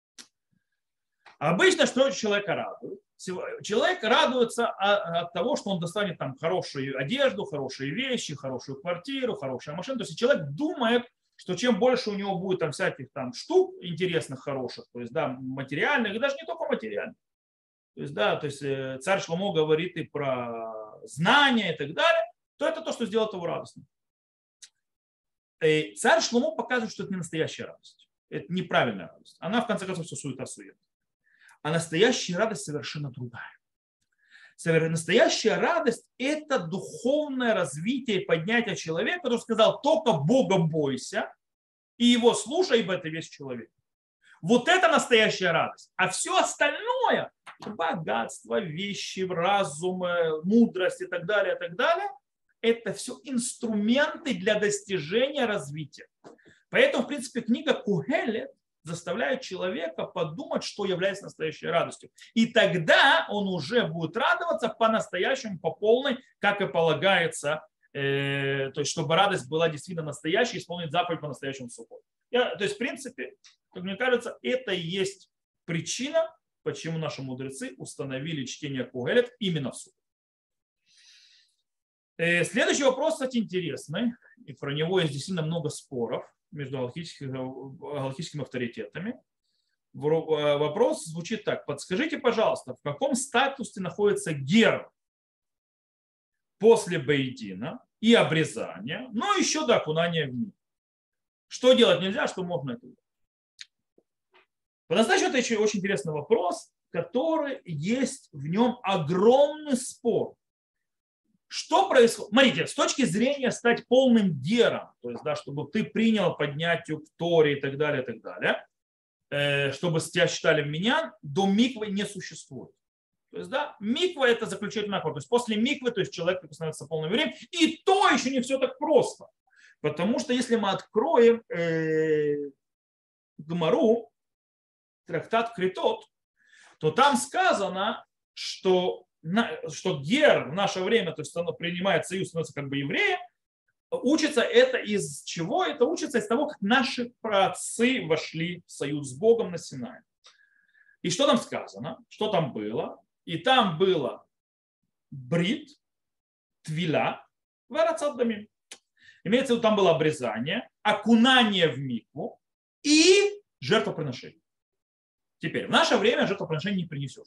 Обычно что человека радует? Человек радуется от того, что он достанет там хорошую одежду, хорошие вещи, хорошую квартиру, хорошую машину. То есть человек думает, что чем больше у него будет там всяких там штук интересных, хороших, то есть да, материальных, и даже не только материальных. То есть, да, то есть царь Шломо говорит и про знания и так далее, то это то, что сделает его радостным. И царь Шломо показывает, что это не настоящая радость. Это неправильная радость. Она, в конце концов, все суета-сует. А настоящая радость совершенно другая. Настоящая радость – это духовное развитие и поднятие человека, который сказал, только Бога бойся, и его слушай, ибо это весь человек. Вот это настоящая радость. А все остальное – богатство, вещи, разум, мудрость и так далее, и так далее – это все инструменты для достижения развития. Поэтому, в принципе, книга Кугелет заставляет человека подумать, что является настоящей радостью. И тогда он уже будет радоваться по-настоящему, по полной, как и полагается, э, то есть чтобы радость была действительно настоящей, исполнить заповедь по-настоящему Суккот. Я, то есть, в принципе, как мне кажется, это и есть причина, почему наши мудрецы установили чтение Кугелет именно в субботу. Следующий вопрос, кстати, интересный, и про него есть действительно много споров между галахическими авторитетами. Вопрос звучит так. Подскажите, пожалуйста, в каком статусе находится гер после бейдина и обрезания, но еще до окунания в миг? Что делать нельзя, что можно это делать? По-настоящему это еще очень интересный вопрос, который есть в нем огромный спор. Что происходит? Смотрите, с точки зрения стать полным гером, то есть, да, чтобы ты принял поднятие к Торе и так далее, и так далее, э, чтобы тебя считали в миньян, до миквы не существует. То есть, да, миква это заключительный аккорд. То есть после миквы, то есть человек становится полным евреем, и то еще не все так просто. Потому что если мы откроем э, Гмару, трактат Критот, то там сказано, что что гер в наше время, то есть оно принимает союз, становится как бы евреем, учится это из чего? Это учится из того, как наши праотцы вошли в союз с Богом на Синай. И что там сказано? Что там было? И там было брит, твила, варацат дамим. Имеется в виду, там было обрезание, окунание в микву и жертвоприношение. Теперь, в наше время жертвоприношение не принесешь.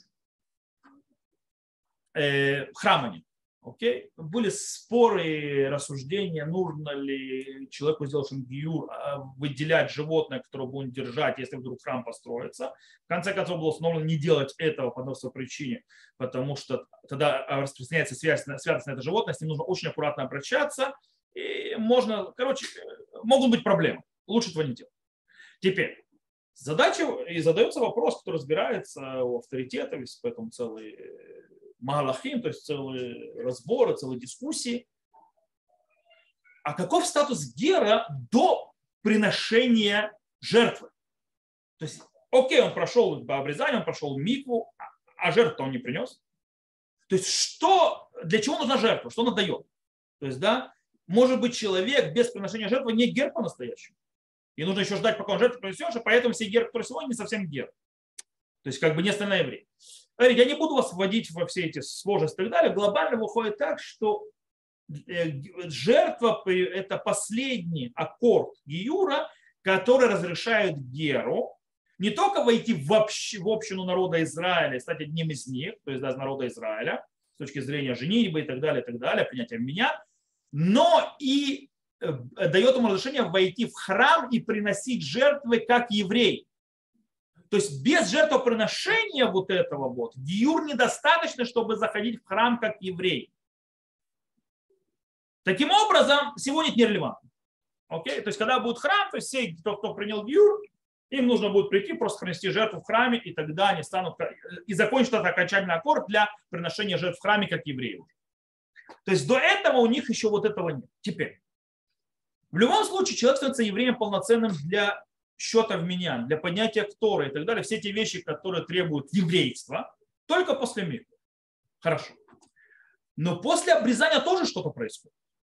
Храма нет. Окей? Были споры, рассуждения, нужно ли человеку сделать шангиюр, выделять животное, которое будет держать, если вдруг храм построится. В конце концов было установлено не делать этого по одной причине, потому что тогда распространяется связь, связь на это животное, с ним нужно очень аккуратно обращаться, и можно, короче, могут быть проблемы. Лучше этого не делать. Теперь, задача, и задается вопрос, который разбирается у авторитетов, есть поэтому целый Магалахим, то есть целые разборы, целые дискуссии. А каков статус гера до приношения жертвы? То есть, окей, он прошел обрезание, он прошел микву, а жертву он не принес. То есть, что, для чего нужна жертва? Что она дает? То есть, да, может быть, человек без приношения жертвы не гер по-настоящему. И нужно еще ждать, пока он жертву принесет, и поэтому все гер, которые сегодня, не совсем гер. То есть, как бы не остальные евреи. Я не буду вас вводить во все эти сложности и так далее. Глобально выходит так, что жертва – это последний аккорд гиюра, который разрешает геру не только войти в, общ, в общину народа Израиля и стать одним из них, то есть даже народа Израиля, с точки зрения женитьбы и так далее, и так далее, принятия меня, но и дает ему разрешение войти в храм и приносить жертвы как еврей. То есть без жертвоприношения вот этого вот гиюр недостаточно, чтобы заходить в храм как еврей. Таким образом, сегодня это нерелевантно. Окей? То есть когда будет храм, то есть все, кто, кто принял гиюр, им нужно будет прийти, просто принести жертву в храме, и тогда они станут, и закончат этот окончательный аккорд для приношения жертв в храме как евреи. То есть до этого у них еще вот этого нет. Теперь, в любом случае человек становится евреем полноценным для счета в миньян, для поднятия Торы и так далее, все эти вещи, которые требуют еврейства, только после миквы. Хорошо. Но после обрезания тоже что-то происходит.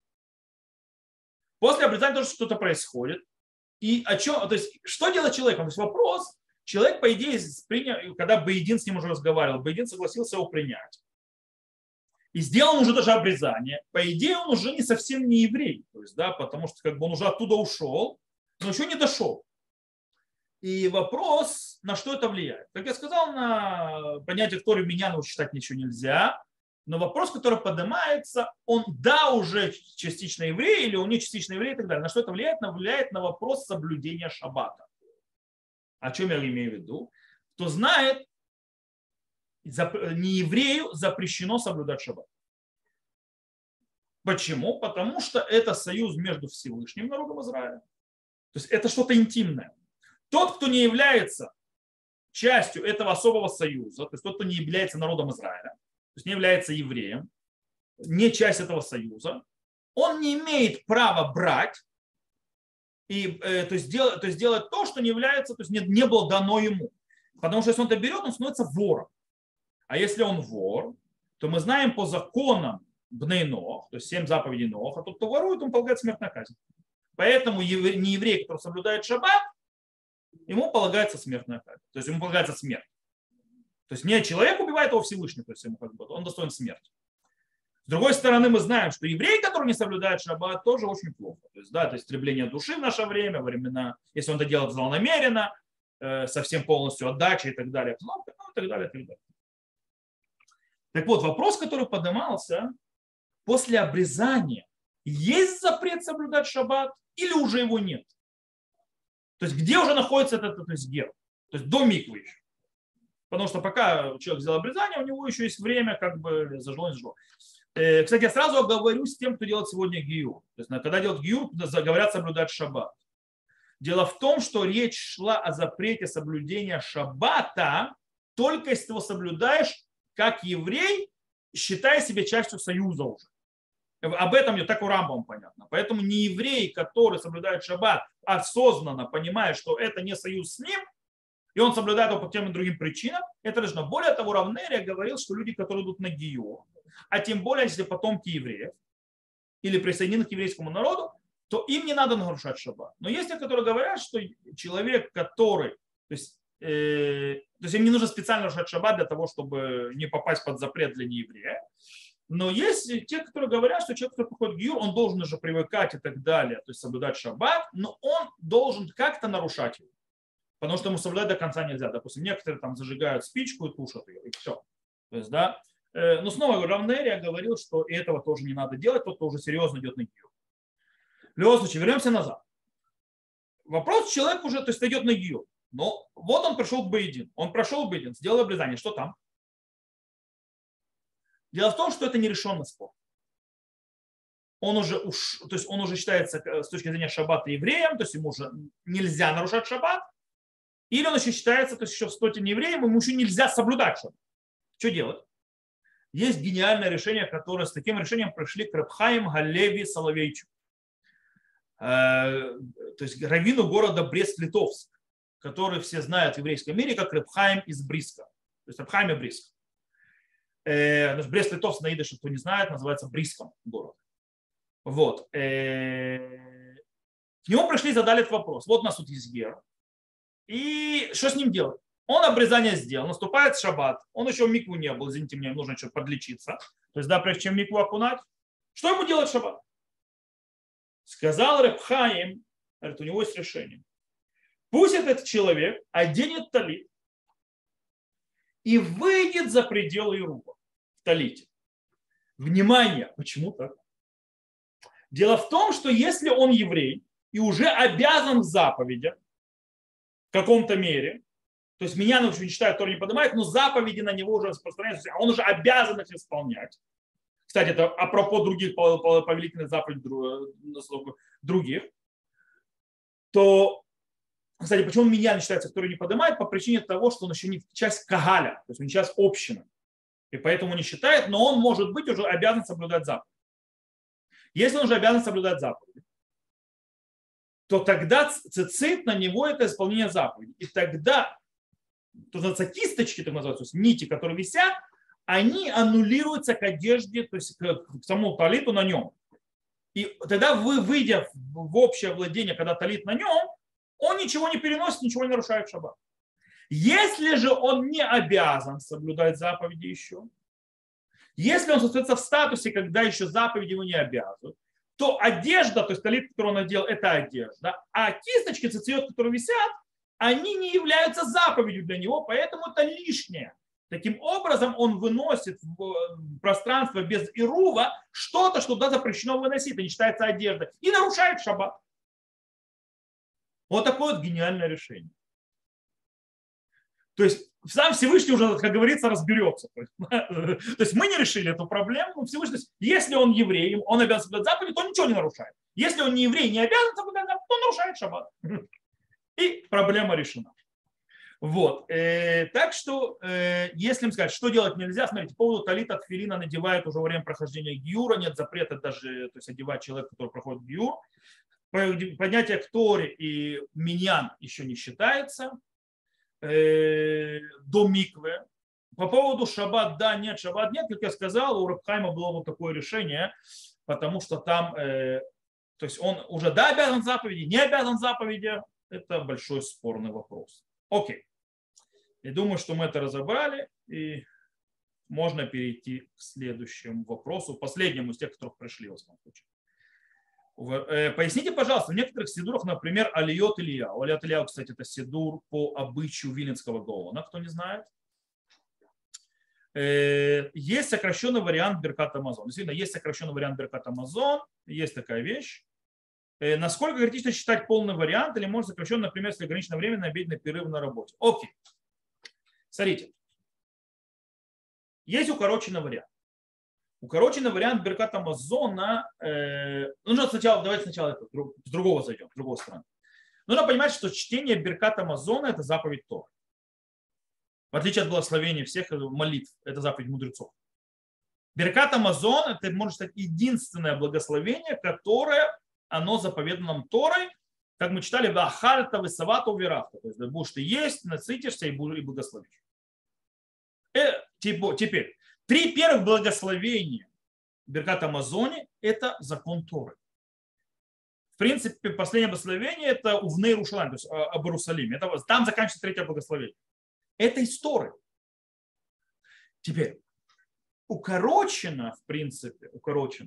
После обрезания тоже что-то происходит. И о чем, то есть, что делать человеком? То есть вопрос, человек, по идее, принял, когда Бейдин с ним уже разговаривал, Бейдин согласился его принять. И сделал уже даже обрезание. По идее, он уже не совсем не еврей. То есть, да, потому что как бы он уже оттуда ушел, но еще не дошел. И вопрос, на что это влияет. Как я сказал, на понятие, которое меня считать ничего нельзя. Но вопрос, который поднимается, он да, уже частично еврей, или он не частично еврей и так далее. На что это влияет? На влияет на вопрос соблюдения шаббата. О чем я имею в виду? Кто знает, не еврею запрещено соблюдать шаббат. Почему? Потому что это союз между Всевышним народом Израиля. То есть это что-то интимное. Тот, кто не является частью этого особого союза, то есть тот, кто не является народом Израиля, то есть не является евреем, не часть этого союза, он не имеет права брать и э, то, есть делать, то есть делать то, что не является, то есть не, не было дано ему. Потому что если он это берет, он становится вором. А если он вор, то мы знаем по законам Бней Нох, то есть семь заповедей Ноха, тот, кто ворует, он полагает смертная казнь. Поэтому не еврей, который соблюдает шаббат, ему полагается смертная казнь. То есть ему полагается смерть. То есть не человек убивает его Всевышний, то есть ему как бы, он достоин смерти. С другой стороны, мы знаем, что еврей, который не соблюдает шаббат, тоже очень плохо. То есть, да, это истребление души в наше время, во времена, если он это делает злонамеренно, э, совсем полностью отдача и так далее, ну, и так далее, и так далее. Так вот, вопрос, который поднимался, после обрезания есть запрет соблюдать шаббат или уже его нет? То есть где уже находится этот, то есть, гер? То есть до миквы еще. Потому что пока человек сделал обрезание, у него еще есть время, как бы зажило, не зажило. Кстати, я сразу оговорюсь с тем, кто делает сегодня гиюр. То есть, когда делают гиюр, говорят соблюдать шаббат. Дело в том, что речь шла о запрете соблюдения шаббата, только если ты его соблюдаешь как еврей, считая себя частью союза уже. Об этом мне так у Рамбама понятно. Поэтому не еврей, который соблюдает шаббат, осознанно понимая, что это не союз с ним, и он соблюдает его по тем и другим причинам, это разно. Более того, Равнерия говорил, что люди, которые идут на гиюр, а тем более, если потомки евреев или присоединены к еврейскому народу, то им не надо нарушать шаббат. Но есть те, которые говорят, что человек, который, то есть, э, то есть им не нужно специально нарушать шаббат для того, чтобы не попасть под запрет для нееврея. Но есть те, которые говорят, что человек, который приходит в гиюр, он должен уже привыкать и так далее, то есть соблюдать шаббат, но он должен как-то нарушать его. Потому что ему соблюдать до конца нельзя. Допустим, некоторые там зажигают спичку и тушат ее, и все. То есть, да. Но снова Равнерия говорил, что и этого тоже не надо делать, тот, кто уже серьезно идет на гиюр. В любом случае, вернемся назад. Вопрос, человек уже, то есть, идет на гиюр. Но вот он пришел к Бейдин. Он прошел Бейдин, сделал обрезание. Что там? Дело в том, что это нерешенный спор. Он уже, уж, то есть он уже считается с точки зрения шаббата евреем, то есть ему уже нельзя нарушать шаббат. Или он еще считается, то есть еще в стоте неевреем, ему еще нельзя соблюдать шаббат. Что делать? Есть гениальное решение, которое с таким решением пришли к Реб Хаим Галеви Соловейчу. То есть раввину города Брест-Литовск, который все знают в еврейском мире как Реб Хаим из Бриска. То есть Реб Хаим и Бриск. Брест-Литовск на идыше, кто не знает, называется Бриском город. Вот. К нему пришли и задали этот вопрос. Вот у нас тут есть гер. И что с ним делать? Он обрезание сделал, наступает шаббат, он еще в микву не был, извините, мне нужно что-то подлечиться. То есть, да, прежде чем микву окунать, что ему делать в шаббат? Сказал Реб Хаим, говорит, у него есть решение. Пусть этот человек оденет талит и выйдет за пределы Ируба в талите. Внимание, почему так? Дело в том, что если он еврей и уже обязан в заповедях в каком-то мере, то есть меня не читают, Тора не поднимает, но заповеди на него уже распространяются, а он уже обязан их исполнять. Кстати, это апропо других повелительных заповедей других. То, кстати, почему меня не считается, который не поднимает? По причине того, что он еще не часть кагаля, то есть он не часть общины. И поэтому не считает, но он может быть уже обязан соблюдать заповеди. Если он уже обязан соблюдать заповеди, то тогда цицит на него это исполнение заповедей. И тогда то называется кисточки, так называются, то есть нити, которые висят, они аннулируются к одежде, то есть к самому талиту на нем. И тогда вы, выйдя в общее владение, когда талит на нем, он ничего не переносит, ничего не нарушает шаббат. Если же он не обязан соблюдать заповеди еще, если он остается в статусе, когда еще заповеди его не обязывают, то одежда, то есть талит, который он надел, это одежда, а кисточки, цицит, которые висят, они не являются заповедью для него, поэтому это лишнее. Таким образом, он выносит в пространство без ирува что-то, что туда запрещено выносить, это не считается одеждой, и нарушает шаббат. Вот такое вот гениальное решение. То есть сам Всевышний уже, как говорится, разберется. То есть мы не решили эту проблему, но Всевышний, если он еврей, он обязан соблюдать заповеди, то ничего не нарушает. Если он не еврей, не обязан соблюдать заповеди, то нарушает шаббат. И проблема решена. Вот. Э, так что, э, если им сказать, что делать нельзя, смотрите, по поводу талита тфилина надевают уже во время прохождения гиюра, нет запрета даже, то есть одевать человека, который проходит гиюр. Поднятие к Торе и миньян еще не считается. Э, до миквы. По поводу шаббат, да, нет, шаббат нет, как я сказал, у Реб Хаима было вот такое решение, потому что там... Э, То есть он уже да обязан заповеди, не обязан заповеди. Это большой спорный вопрос. Окей. Я думаю, что мы это разобрали. И можно перейти к следующему вопросу, последнему из тех, которых пришли в основном случае. Поясните, пожалуйста, в некоторых сидурах, например, Алиот Ильяу. Алиот Ильяу, кстати, это сидур по обычаю Виленского Гаона, кто не знает. Есть сокращенный вариант Беркат Амазон. Действительно, есть сокращенный вариант Беркат Амазон, есть такая вещь. Насколько критично считать полный вариант, или может сокращен, например, если ограниченное время на обеденный перерыв на работе? Окей. Смотрите. Есть укороченный вариант. Укороченный вариант Беркат Амазона. Э, нужно сначала, давайте сначала это, с другого зайдем, с другой стороны. Нужно понимать, что чтение Беркат Амазона – это заповедь Торы. В отличие от благословения всех молитв, это заповедь мудрецов. Беркат Амазон – это, может стать, единственное благословение, которое оно заповедано нам Торой, как мы читали, «Вахальта высавата уверахта». То есть будешь ты есть, насытишься и благословишь. Э, теперь, три первых благословения Беркат Амазоне – это закон Торы. В принципе, последнее благословение – это Увне Иерушалайм, то есть об Иерусалиме. Это, там заканчивается третье благословение. Это из Торы. Теперь, укорочено, в принципе, укорочено.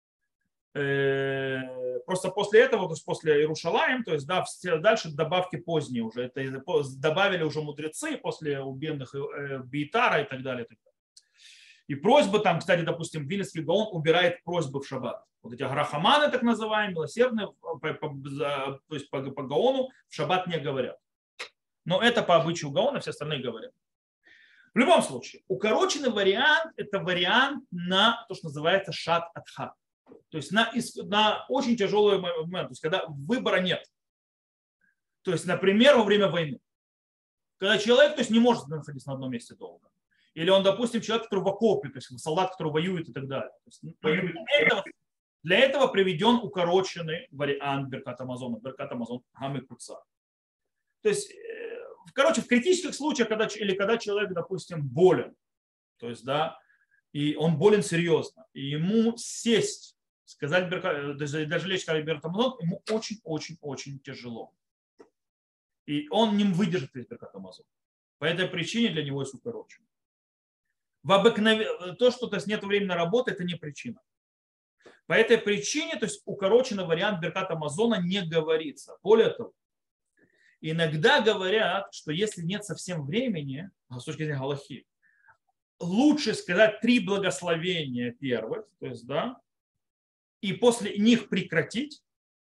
Э, просто после этого, то есть после Иерушалаим, то есть да, дальше добавки поздние уже. Это добавили уже мудрецы после убиенных э, Бейтара и так далее. И так далее. И просьбы там, кстати, допустим, Виленский Гаон убирает просьбы в шаббат. Вот эти грахаманы, так называемые, милосердные, по, по, то есть по, по Гаону в шаббат не говорят. Но это по обычаю Гаона, все остальные говорят. В любом случае, укороченный вариант – это вариант на то, что называется шат адха. То есть на, на очень тяжелый момент, то есть когда выбора нет. То есть, например, во время войны. Когда человек то есть, не может находиться на одном месте долго. Или он, допустим, человек, который в окопе, то есть солдат, который воюет и так далее. То есть, для, этого, для этого приведен укороченный вариант Беркат Амазона, Беркат Амазон Гамы Куца. То есть, короче, в критических случаях, когда, или когда человек, допустим, болен, то есть, да, и он болен серьезно, и ему сесть, сказать, даже, даже лечь как Беркат Амазон, ему очень-очень-очень тяжело. И он не выдержит весь Беркат Амазон. По этой причине для него есть укороченный. В обыкновен... То, что то есть, нет времени на работу, это не причина. По этой причине, то есть укороченный вариант Беркат Амазона не говорится. Более того, иногда говорят, что если нет совсем времени, с точки зрения галахи, лучше сказать три благословения первых, то есть, да, и после них прекратить,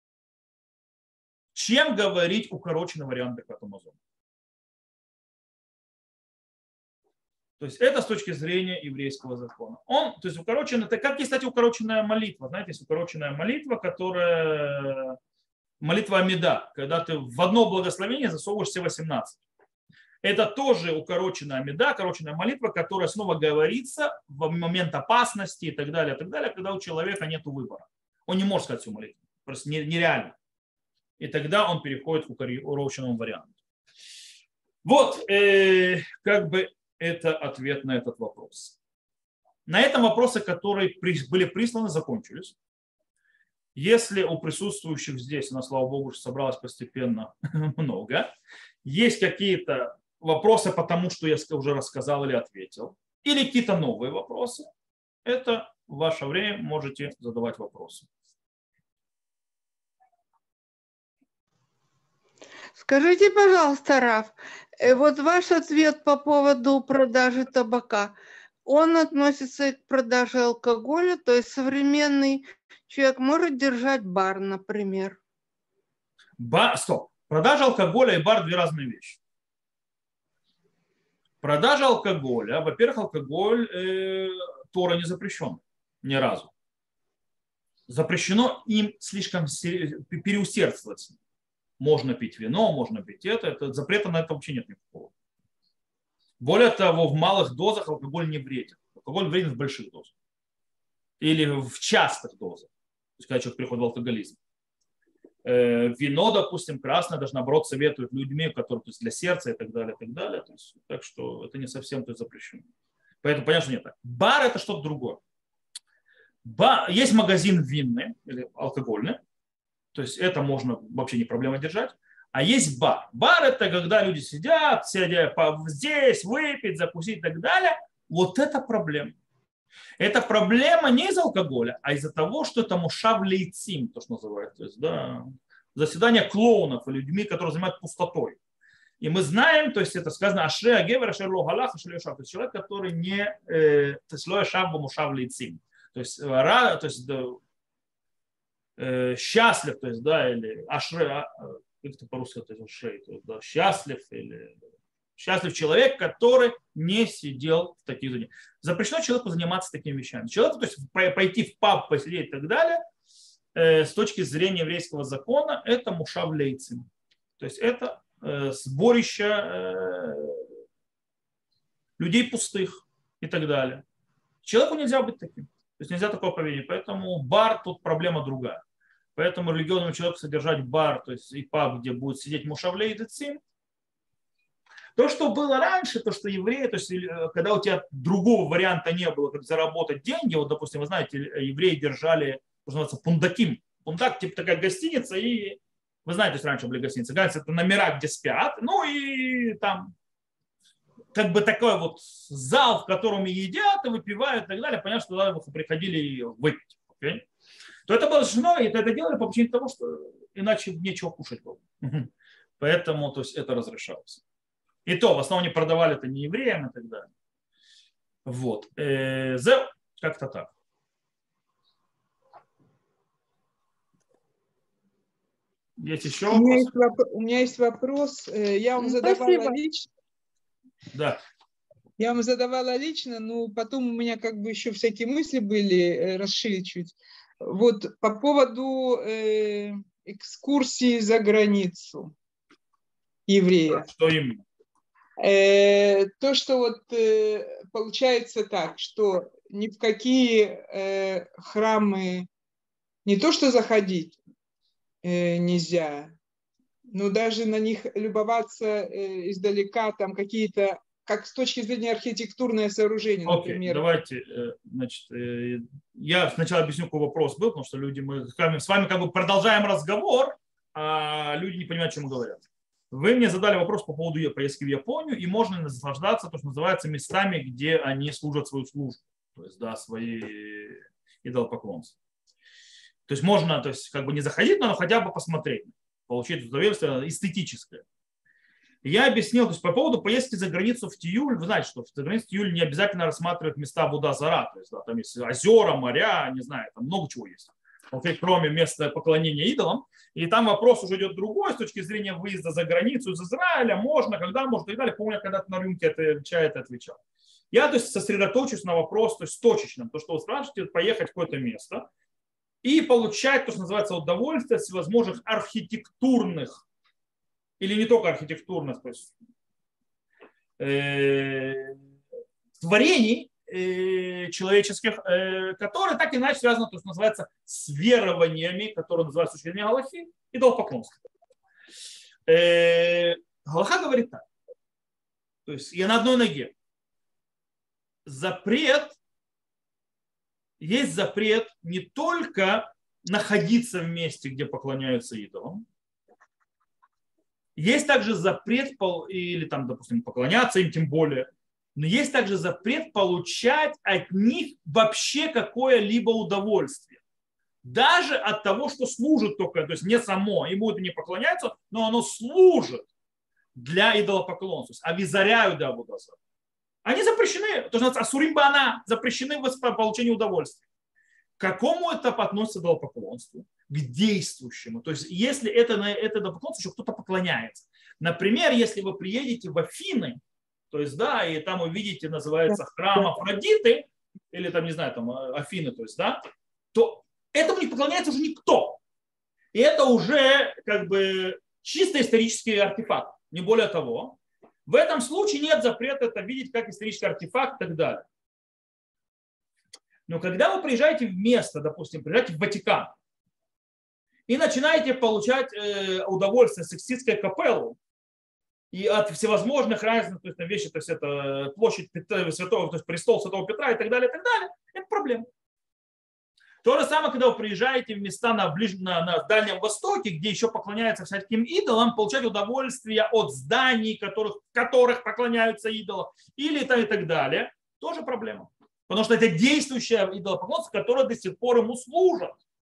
чем говорить укороченный вариант Беркат Амазона. То есть это с точки зрения еврейского закона. Он, то есть укороченный, это как, кстати, укороченная молитва. Знаете, есть укороченная молитва, которая молитва Амида, когда ты в одно благословение засовываешь все восемнадцать. Это тоже укороченная Амида, укороченная молитва, которая снова говорится в момент опасности и так далее, и так далее, когда у человека нет выбора. Он не может сказать всю молитву. Просто нереально. И тогда он переходит к укороченному варианту. Вот, э, как бы это ответ на этот вопрос. На этом вопросы, которые были присланы, закончились. Если у присутствующих здесь, у нас, слава богу, собралось постепенно много, есть какие-то вопросы по тому, что я уже рассказал или ответил, или какие-то новые вопросы, это в ваше время можете задавать вопросы. Скажите, пожалуйста, Раф, вот ваш ответ по поводу продажи табака, он относится к продаже алкоголя, то есть современный человек может держать бар, например? Ба... Стоп. Продажа алкоголя и бар – две разные вещи. Продажа алкоголя, во-первых, алкоголь э, Тора не запрещен ни разу. Запрещено им слишком переусердствовать с ним. Можно пить вино, можно пить это. это запрета на это вообще нет никакого. Более того, в малых дозах алкоголь не вреден. Алкоголь вреден в больших дозах. Или в частых дозах. То есть, когда человек приходит в алкоголизм. Э, вино, допустим, красное, даже наоборот советуют людьми, которые то есть, для сердца и так далее. И так далее. То есть, так что это не совсем то есть, запрещено. Поэтому понятно, что нет так. Бар – это что-то другое. Бар, есть магазин винный или алкогольный. То есть это можно вообще не проблема держать. А есть бар. Бар это когда люди сидят, сидят здесь, выпить, закусить и так далее. Вот это проблема. Это проблема не из алкоголя, а из-за того, что это мушав лейцим, то, что называется. То есть, да, заседание клоунов, людьми, которые занимаются пустотой. И мы знаем, то есть это сказано Ашре Агевер, Ашер Ло Галах, Ашер Ло Шав. То есть человек, который не э, то есть Ло Шав Бамушав Лейцим. То есть, ра, то есть да, э, счастлив, то есть, да, или Ашре, а, как это по-русски, то есть, Ашре, то есть, да, счастлив или счастлив человек, который не сидел в таких занятиях. Запрещено человеку заниматься такими вещами. Человеку, то есть пойти в паб, посидеть и так далее, э, с точки зрения еврейского закона, это мушав лейцим. То есть это э, сборище э, людей пустых и так далее. Человеку нельзя быть таким. То есть нельзя такого поведения. Поэтому бар тут проблема другая. Поэтому религиозному человеку содержать бар, то есть и паб, где будет сидеть мушав лейцим. То, что было раньше, то, что евреи, то есть когда у тебя другого варианта не было, как заработать деньги, вот, допустим, вы знаете, евреи держали, что называется, пундаким. Пундак, типа такая гостиница, и вы знаете, то есть раньше были гостиницы. Гостиница – это номера, где спят, ну и там как бы такой вот зал, в котором и едят, и выпивают и так далее. Понятно, что туда приходили выпить. Okay? То это было жена, и это делали по причине того, что иначе нечего кушать было. Поэтому то есть, это разрешалось. И то, в основном, не продавали это не евреям и так далее. Вот. Как-то так. Есть еще у меня вопрос? есть, вопрос, у меня есть вопрос. Я вам задавала Спасибо. лично. Да. Я вам задавала лично, но потом у меня как бы еще всякие мысли были, расширить чуть. Вот по поводу э, экскурсии за границу еврея. Что именно? Э, то, что вот э, получается так, что ни в какие э, храмы не то что заходить э, нельзя, но даже на них любоваться э, издалека, там какие-то, как с точки зрения архитектурное сооружение, Окей, например. давайте, значит, я сначала объясню, какой вопрос был, потому что люди, мы с вами как бы продолжаем разговор, а люди не понимают, о чем говорят. Вы мне задали вопрос по поводу поездки в Японию, и можно наслаждаться, то, что называется, местами, где они служат свою службу, то есть, да, свои идолопоклонства. То есть можно, то есть, как бы не заходить, но хотя бы посмотреть, получить удовольствие эстетическое. Я объяснил, то есть по поводу поездки за границу в Тиюль, вы знаете, что за границу в Тиюль не обязательно рассматривать места Абуда-Зара, то есть да, там есть озера, моря, не знаю, там много чего есть. Кроме места поклонения идолам. И там вопрос уже идет другой с точки зрения выезда за границу из Израиля. Можно, когда можно и так далее. Помню, я когда-то на рынке отвечает и отвечал. Я то есть, сосредоточусь на вопрос, то есть точечном. То, что вы спрашиваете, поехать в какое-то место и получать, то, что называется, удовольствие от всевозможных архитектурных или не только архитектурных, то есть, э, творений, человеческих, которые так или иначе связаны, то есть называется, с верованиями, которые называются с точки зрения Галахи, идолопоклонства. Галаха говорит так. То есть я на одной ноге. Запрет, есть запрет не только находиться в месте, где поклоняются идолам, есть также запрет, или там, допустим, поклоняться им тем более, но есть также запрет получать от них вообще какое-либо удовольствие. Даже от того, что служит только, то есть не само, ему это не поклоняется, но оно служит для идолопоклонства, авизаряют да Абудазар. Они запрещены, то есть асурим бана, запрещены в получении удовольствия. К какому это относится идолопоклонству? К действующему. То есть если это, это идолопоклонство, еще кто-то поклоняется. Например, если вы приедете в Афины, то есть, да, и там увидите, называется, храм Афродиты, или там, не знаю, там Афины, то есть, да, то этому не поклоняется уже никто. И это уже как бы чисто исторический артефакт, не более того. В этом случае нет запрета это видеть как исторический артефакт и так далее. Но когда вы приезжаете в место, допустим, приезжаете в Ватикан, и начинаете получать удовольствие сикстинской капеллы, и от всевозможных разных то есть, вещей, то есть это площадь Святого, то есть престол Святого Петра и так далее, и так далее, это проблема. То же самое, когда вы приезжаете в места на, ближ... на, на Дальнем Востоке, где еще поклоняются всяким идолам, получать удовольствие от зданий, которых, в которых поклоняются идолам, или там и так далее, тоже проблема. Потому что это действующее идолопоклонство, которое до сих пор ему служит.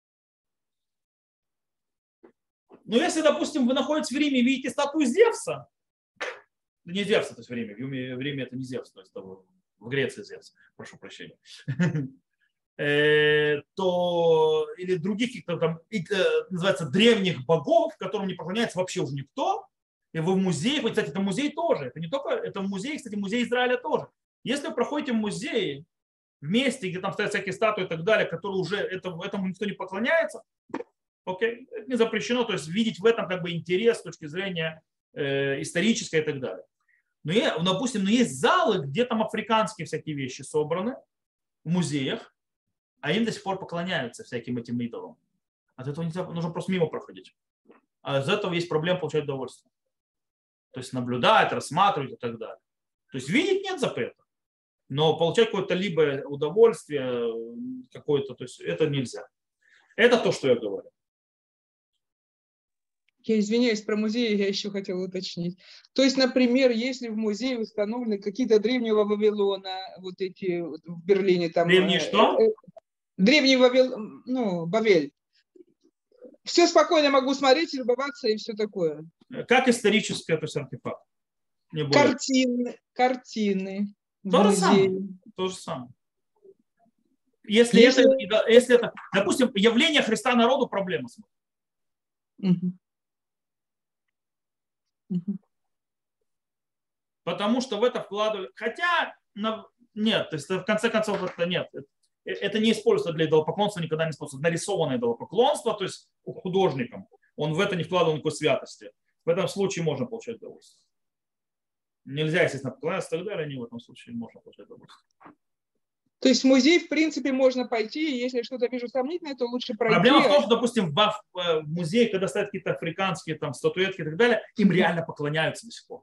Но если, допустим, вы находитесь в Риме и видите статую Зевса, не Зевса, то есть в Риме, в Риме это не Зевс, то есть в Греции Зевс, прошу прощения, то или других каких-то там, называется, древних богов, которым не поклоняется вообще уже никто, и вы в музее, кстати, это музей тоже, это не только, это музей, кстати, музей Израиля тоже. Если вы проходите в музее, в месте, где там стоят всякие статуи и так далее, которые уже этому, этому никто не поклоняется, окей, это не запрещено, то есть видеть в этом как бы интерес с точки зрения э, исторической и так далее. Но, я, допустим, но есть залы, где там африканские всякие вещи собраны в музеях, а им до сих пор поклоняются всяким этим идолам. От этого нельзя, нужно просто мимо проходить. А из этого есть проблема получать удовольствие. То есть наблюдать, рассматривать и так далее. То есть видеть нет запрета. Но получать какое-то либо удовольствие, какое-то, то есть это нельзя. Это то, что я говорю. Я извиняюсь, про музеи я еще хотела уточнить. То есть, например, если в музее установлены какие-то древнего Вавилона, вот эти вот в Берлине там... Древние что? Древний Вавил, ну, Бавель. Все спокойно могу смотреть, любоваться и все такое. Как историческое, то есть артефакт. Картины, картины. То же самое. То же самое. Если, если... Это, если это, допустим, явление Христа народу, проблема с ним. Угу. Угу. Потому что в это вкладывали. Хотя, нет, то есть в конце концов это нет. Это не используется для идолопоклонства, никогда не используется. Нарисованное идолопоклонство, то есть художником, он в это не вкладывал никакой святости. В этом случае можно получать удовольствие. Нельзя, естественно, поклоняться и так далее, не в этом случае можно получать удовольствие. То есть в музей, в принципе, можно пойти, если что-то вижу сомнительное, то лучше пройти. Проблема в том, что, допустим, в музее, когда стоят какие-то африканские там, статуэтки и так далее, им реально поклоняются до сих пор.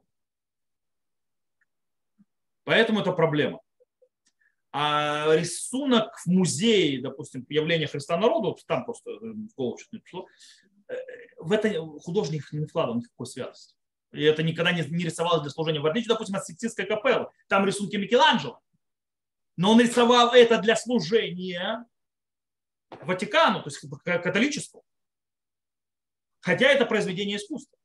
Поэтому это проблема. А рисунок в музее, допустим, явление Христа народу, там просто в голову что-то не пришло, в это художник не вкладывал никакой святости. И это никогда не, не рисовалось для служения. В отличие, допустим, от Сикстинской капеллы, там рисунки Микеланджело. Но он рисовал это для служения Ватикану, то есть католичеству. Хотя это произведение искусства.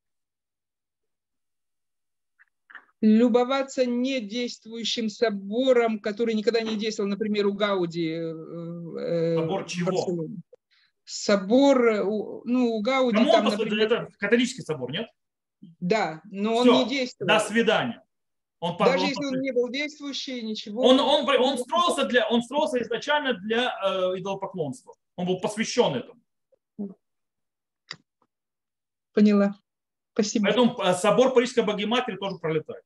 Любоваться недействующим собором, который никогда не действовал, например, у Гауди. Собор чего? Собор, ну, у Гауди. Кому там, он, например... Это католический собор, нет? Да, но он Все, не действовал. До свидания. Он, Даже он, если он не был действующий, ничего. Он, он, он, строился, для, он строился изначально для э, идолопоклонства. Он был посвящен этому. Поняла. Спасибо. Поэтому собор Парижской Богоматери тоже пролетает.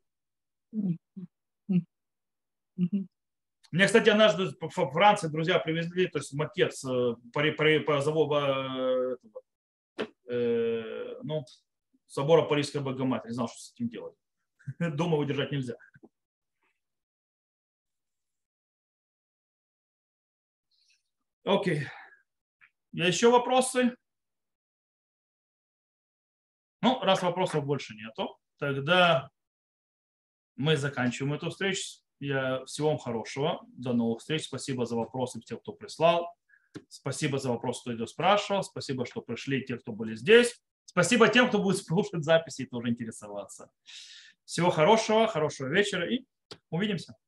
Мне, кстати, однажды в Франции друзья привезли, то есть макет с, по, по, по заводу э, ну, собора Парижской Богоматери. Не знал, что с этим делать. Дома выдержать нельзя. Окей. Еще вопросы? Ну, раз вопросов больше нету, тогда мы заканчиваем эту встречу. Я, всего вам хорошего. До новых встреч. Спасибо за вопросы тем, кто прислал. Спасибо за вопросы, кто идет спрашивал. Спасибо, что пришли те, кто были здесь. Спасибо тем, кто будет слушать записи и тоже интересоваться. Всего хорошего, хорошего вечера и увидимся.